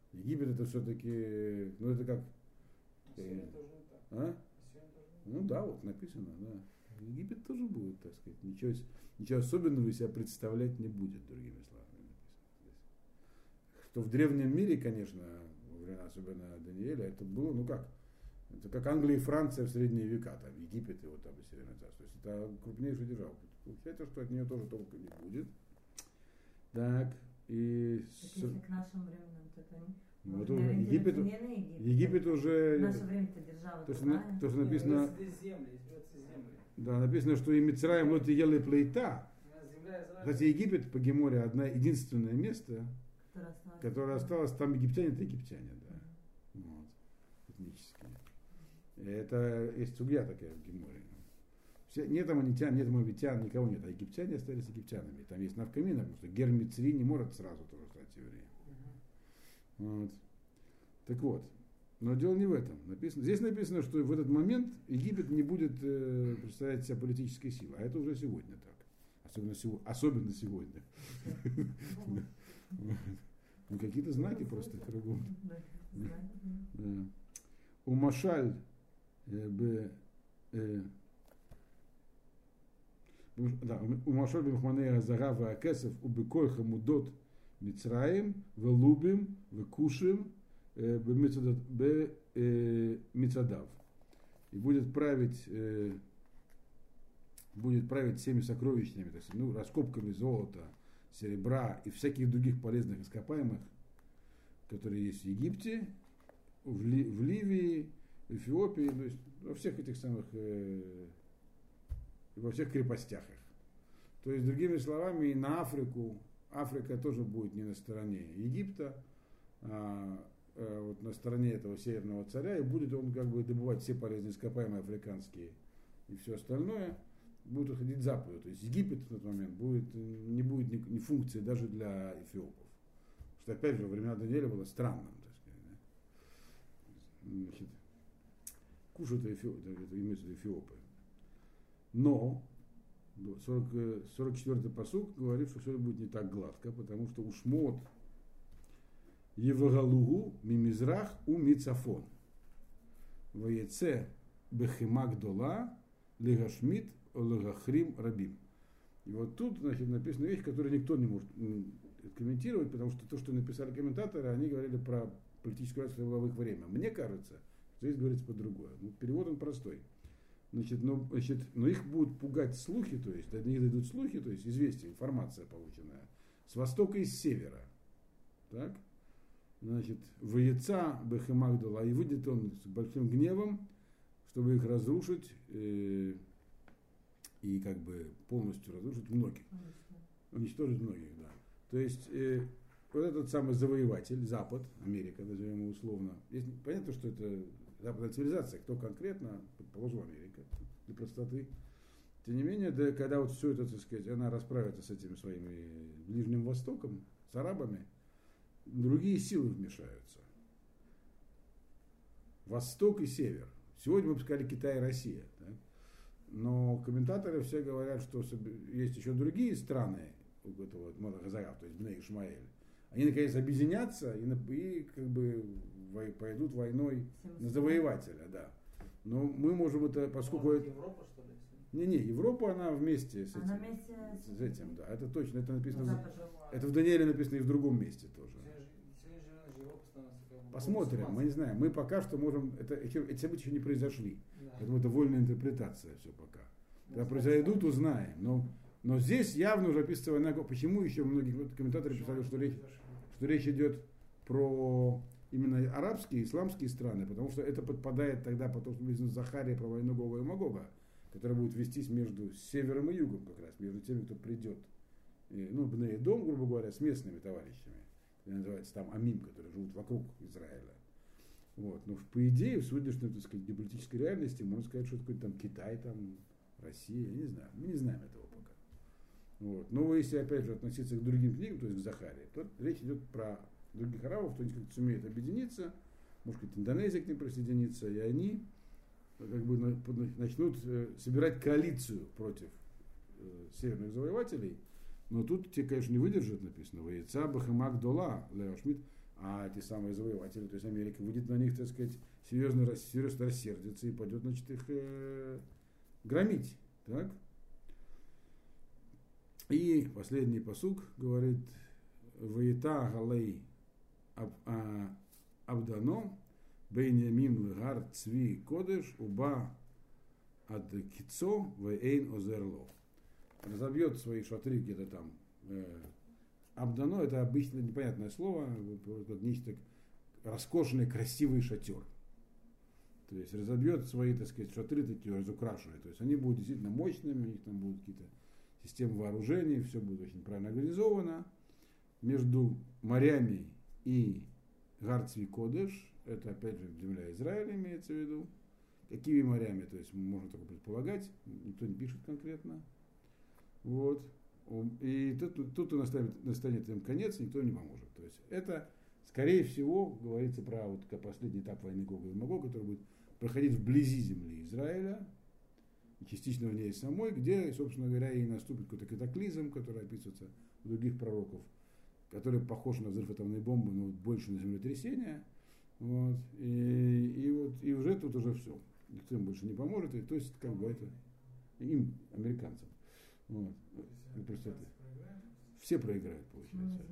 Египет это все-таки, ну это как, Сегодня тоже не так. а? Сегодня тоже не Ну да, вот написано, да. Египет тоже будет, так сказать, ничего, ничего особенного из себя представлять не будет, другими словами написано здесь. Что в древнем мире, конечно, во времена, особенно Даниэля, это было, ну как, это как Англия и Франция в средние века, там, Египет и вот там и Северное царство. То есть это крупнейшая держава. Получается, что от нее тоже толка не будет. Так, и... Так если к нашим временам, то это не... Вот можно уже Египет, ориентироваться не на Египет. Египет В уже... наше время-то держава То, что, другая. то, что так. написано... Есть земли, есть земли. Да, написано, что и Мицраим лоти ел и плейта. У нас земля израильская. Кстати, Египет по Геморе одно единственное место, Которая осталась. которое осталось, там египтяне, это египтяне, да. Вот. Этнические. Это есть сугья такая в Геморе. Все, нет аманитян, нет моавитян, никого нет, а египтяне остались египтянами. Там есть навкамина, потому что Гер Мицри не может сразу тоже стать евреем. Вот. Так вот, но дело не в этом. Написано, здесь написано, что в этот момент Египет не будет э, представлять себя политической силой, а это уже сегодня так. Особенно, сего, особенно сегодня. Ну, какие-то знаки просто кругом. У Машаль б да, у Машаль б Махманея Зарава Акесов у Бекойха Мудот Мицраим, Велубим, Векушим, Мицадав. И будет править, э, будет править всеми сокровищами, так сказать, ну, раскопками золота, серебра и всяких других полезных ископаемых, которые есть в Египте, в, Ли, в Ливии, в Эфиопии, то есть во всех этих самых, э, во всех крепостях их. То есть, другими словами, и на Африку, Африка тоже будет не на стороне Египта, а, а вот на стороне этого северного царя, и будет он как бы добывать все полезные ископаемые африканские и все остальное, будет уходить к западу. То есть Египет в этот момент будет, не будет ни, ни функции даже для эфиопов. Что опять же во времена Даниэля было странным, так сказать. Да? Значит, кушают эфиопы, это имеется в виду эфиопы. Но сорок четвёртый пасук говорит, что все будет не так гладко, потому что ушмот Евагалугу мимизрах у мицафон. Ваеце бехимак дола легашмит легахрим рабим. И вот тут, значит, написана вещь, которую никто не может комментировать, потому что то, что написали комментаторы, они говорили про политическую реакцию в их время. Мне кажется, что здесь говорится по-другому. Ну, перевод он простой. Значит, но, значит, но их будут пугать слухи, то есть до них дойдут слухи, то есть известия, информация полученная с востока и с севера. Так? Значит, в яйца Бехемагдала, и выйдет он с большим гневом, чтобы их разрушить э, и как бы полностью разрушить многих. Уничтожить многих, да. То есть э, вот этот самый завоеватель, Запад, Америка, назовем его условно, есть, понятно, что это западная цивилизация, кто конкретно, предположим, Америка, для простоты. Тем не менее, да, когда вот все это, так сказать, она расправится с этими своими Ближним Востоком, с арабами, другие силы вмешаются. Восток и север. Сегодня мы бы сказали Китай и Россия. Так? Но комментаторы все говорят, что есть еще другие страны у этого Малахазарав, то есть Бней Ишмаэль. Они наконец объединятся и, и как бы пойдут войной на завоевателя, да. Но мы можем это, поскольку... Может, Европа, что ли? Не-не, Европа, она вместе с этим. Она вместе с... с этим, да. Это точно, это написано... Запад. Это в Даниэле написано и в другом месте тоже. Посмотрим, мы не знаем. Мы пока что можем... Это, эти события еще не произошли. Да. Поэтому это вольная интерпретация все пока. Когда произойдут, узнаем. Но, но здесь явно уже описывается война. Почему еще многие комментаторы писали, что речь, что речь идет про именно арабские, исламские страны, потому что это подпадает тогда по тому, что написано Захария про войну Гога и Магога, которая будет вестись между севером и югом как раз, между теми, кто придет. И, ну, Бней Дом, грубо говоря, с местными товарищами. Это называется там Амим, которые живут вокруг Израиля. Вот. Но по идее, в сегодняшней, так сказать, геополитической реальности можно сказать, что такое там Китай, там Россия, я не знаю. Мы не знаем этого пока. Вот. Но если опять же относиться к другим книгам, то есть к Захарии, то речь идет про других арабов, кто как-то сумеет объединиться, может быть, Индонезия к ним присоединится, и они как бы начнут собирать коалицию против северных завоевателей. Но тут те, конечно, не выдержат, написано, Ваица Бахамак Дола, Леошмит, А эти самые завоеватели, то есть Америка, будет на них, так сказать, серьезно, рас- серьезно рассердится и пойдет, значит, их э, громить. Так? И последний пасук говорит: Ваита галей аб- а- абдано бейнямим лгар цви кодыш уба ад кицо вейн озерло. Разобьет свои шатры где-то там. Э, Абдано — это обычно непонятное слово, как нечто роскошный, красивый шатер. То есть разобьет свои, так сказать, шатры такие разукрашенные. То есть они будут действительно мощными, у них там будут какие-то системы вооружений, все будет очень правильно организовано. Между морями и Гарцви Кодеш, это опять же земля Израиля имеется в виду. Какими морями, то есть можно только предполагать, никто не пишет конкретно. Вот. И тут, тут настанет, настанет им конец, никто не поможет. То есть это, скорее всего, говорится про вот последний этап войны Гога и Магога, который будет проходить вблизи земли Израиля, и частично в ней самой, где, собственно говоря, и наступит какой-то катаклизм, который описывается у других пророков, который похож на взрыв атомной бомбы, но больше на землетрясение. Вот. И, и, вот, и уже тут уже все. Никто им больше не поможет. И, то есть, как бы это им, американцам. Вот. Просто это, все проиграют, получается.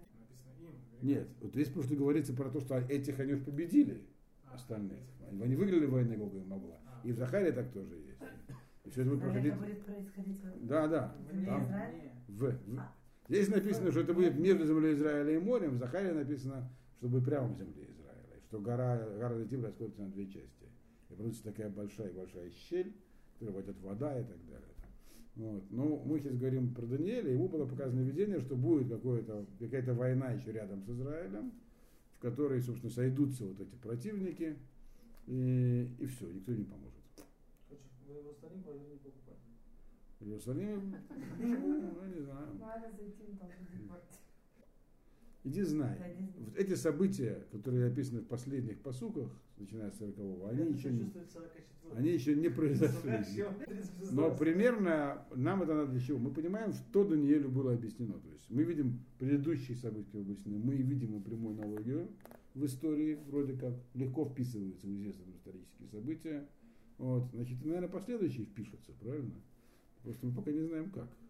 Нет, вот здесь просто говорится про то, что этих они уж победили, остальных. Они выиграли войну Гога и Магога. И в Захаре так тоже есть. И все это будет проходить. Это будет происходить в Да, да. земле Там, Израиля? в, в. Здесь написано, что это будет между землей Израиля и морем. В Захаре написано, что будет прямо в земле Израиля. И что гора, гора Зетим расходится на две части. И получится такая большая-большая щель, в которой войдет вода и так далее. Вот. Но мы сейчас говорим про Даниэля, ему было показано видение, что будет какая-то война еще рядом с Израилем, в которой, собственно, сойдутся вот эти противники, и, и все, никто не поможет. Короче, в Иерусалим пойду не покупать. В Иерусалиме, ну, я не знаю. Надо зайти там в порт. Иди знай. Вот эти события, которые описаны в последних посуках, начиная с сорокового, они еще не, они еще не произошли. Но примерно нам это надо для чего? Мы понимаем, что Даниэлю было объяснено. То есть мы видим предыдущие события объяснены, мы видим прямую аналогию в истории, вроде как легко вписываются в известные исторические события. Вот. Значит, и, наверное, последующие впишутся, правильно? Просто мы пока не знаем как.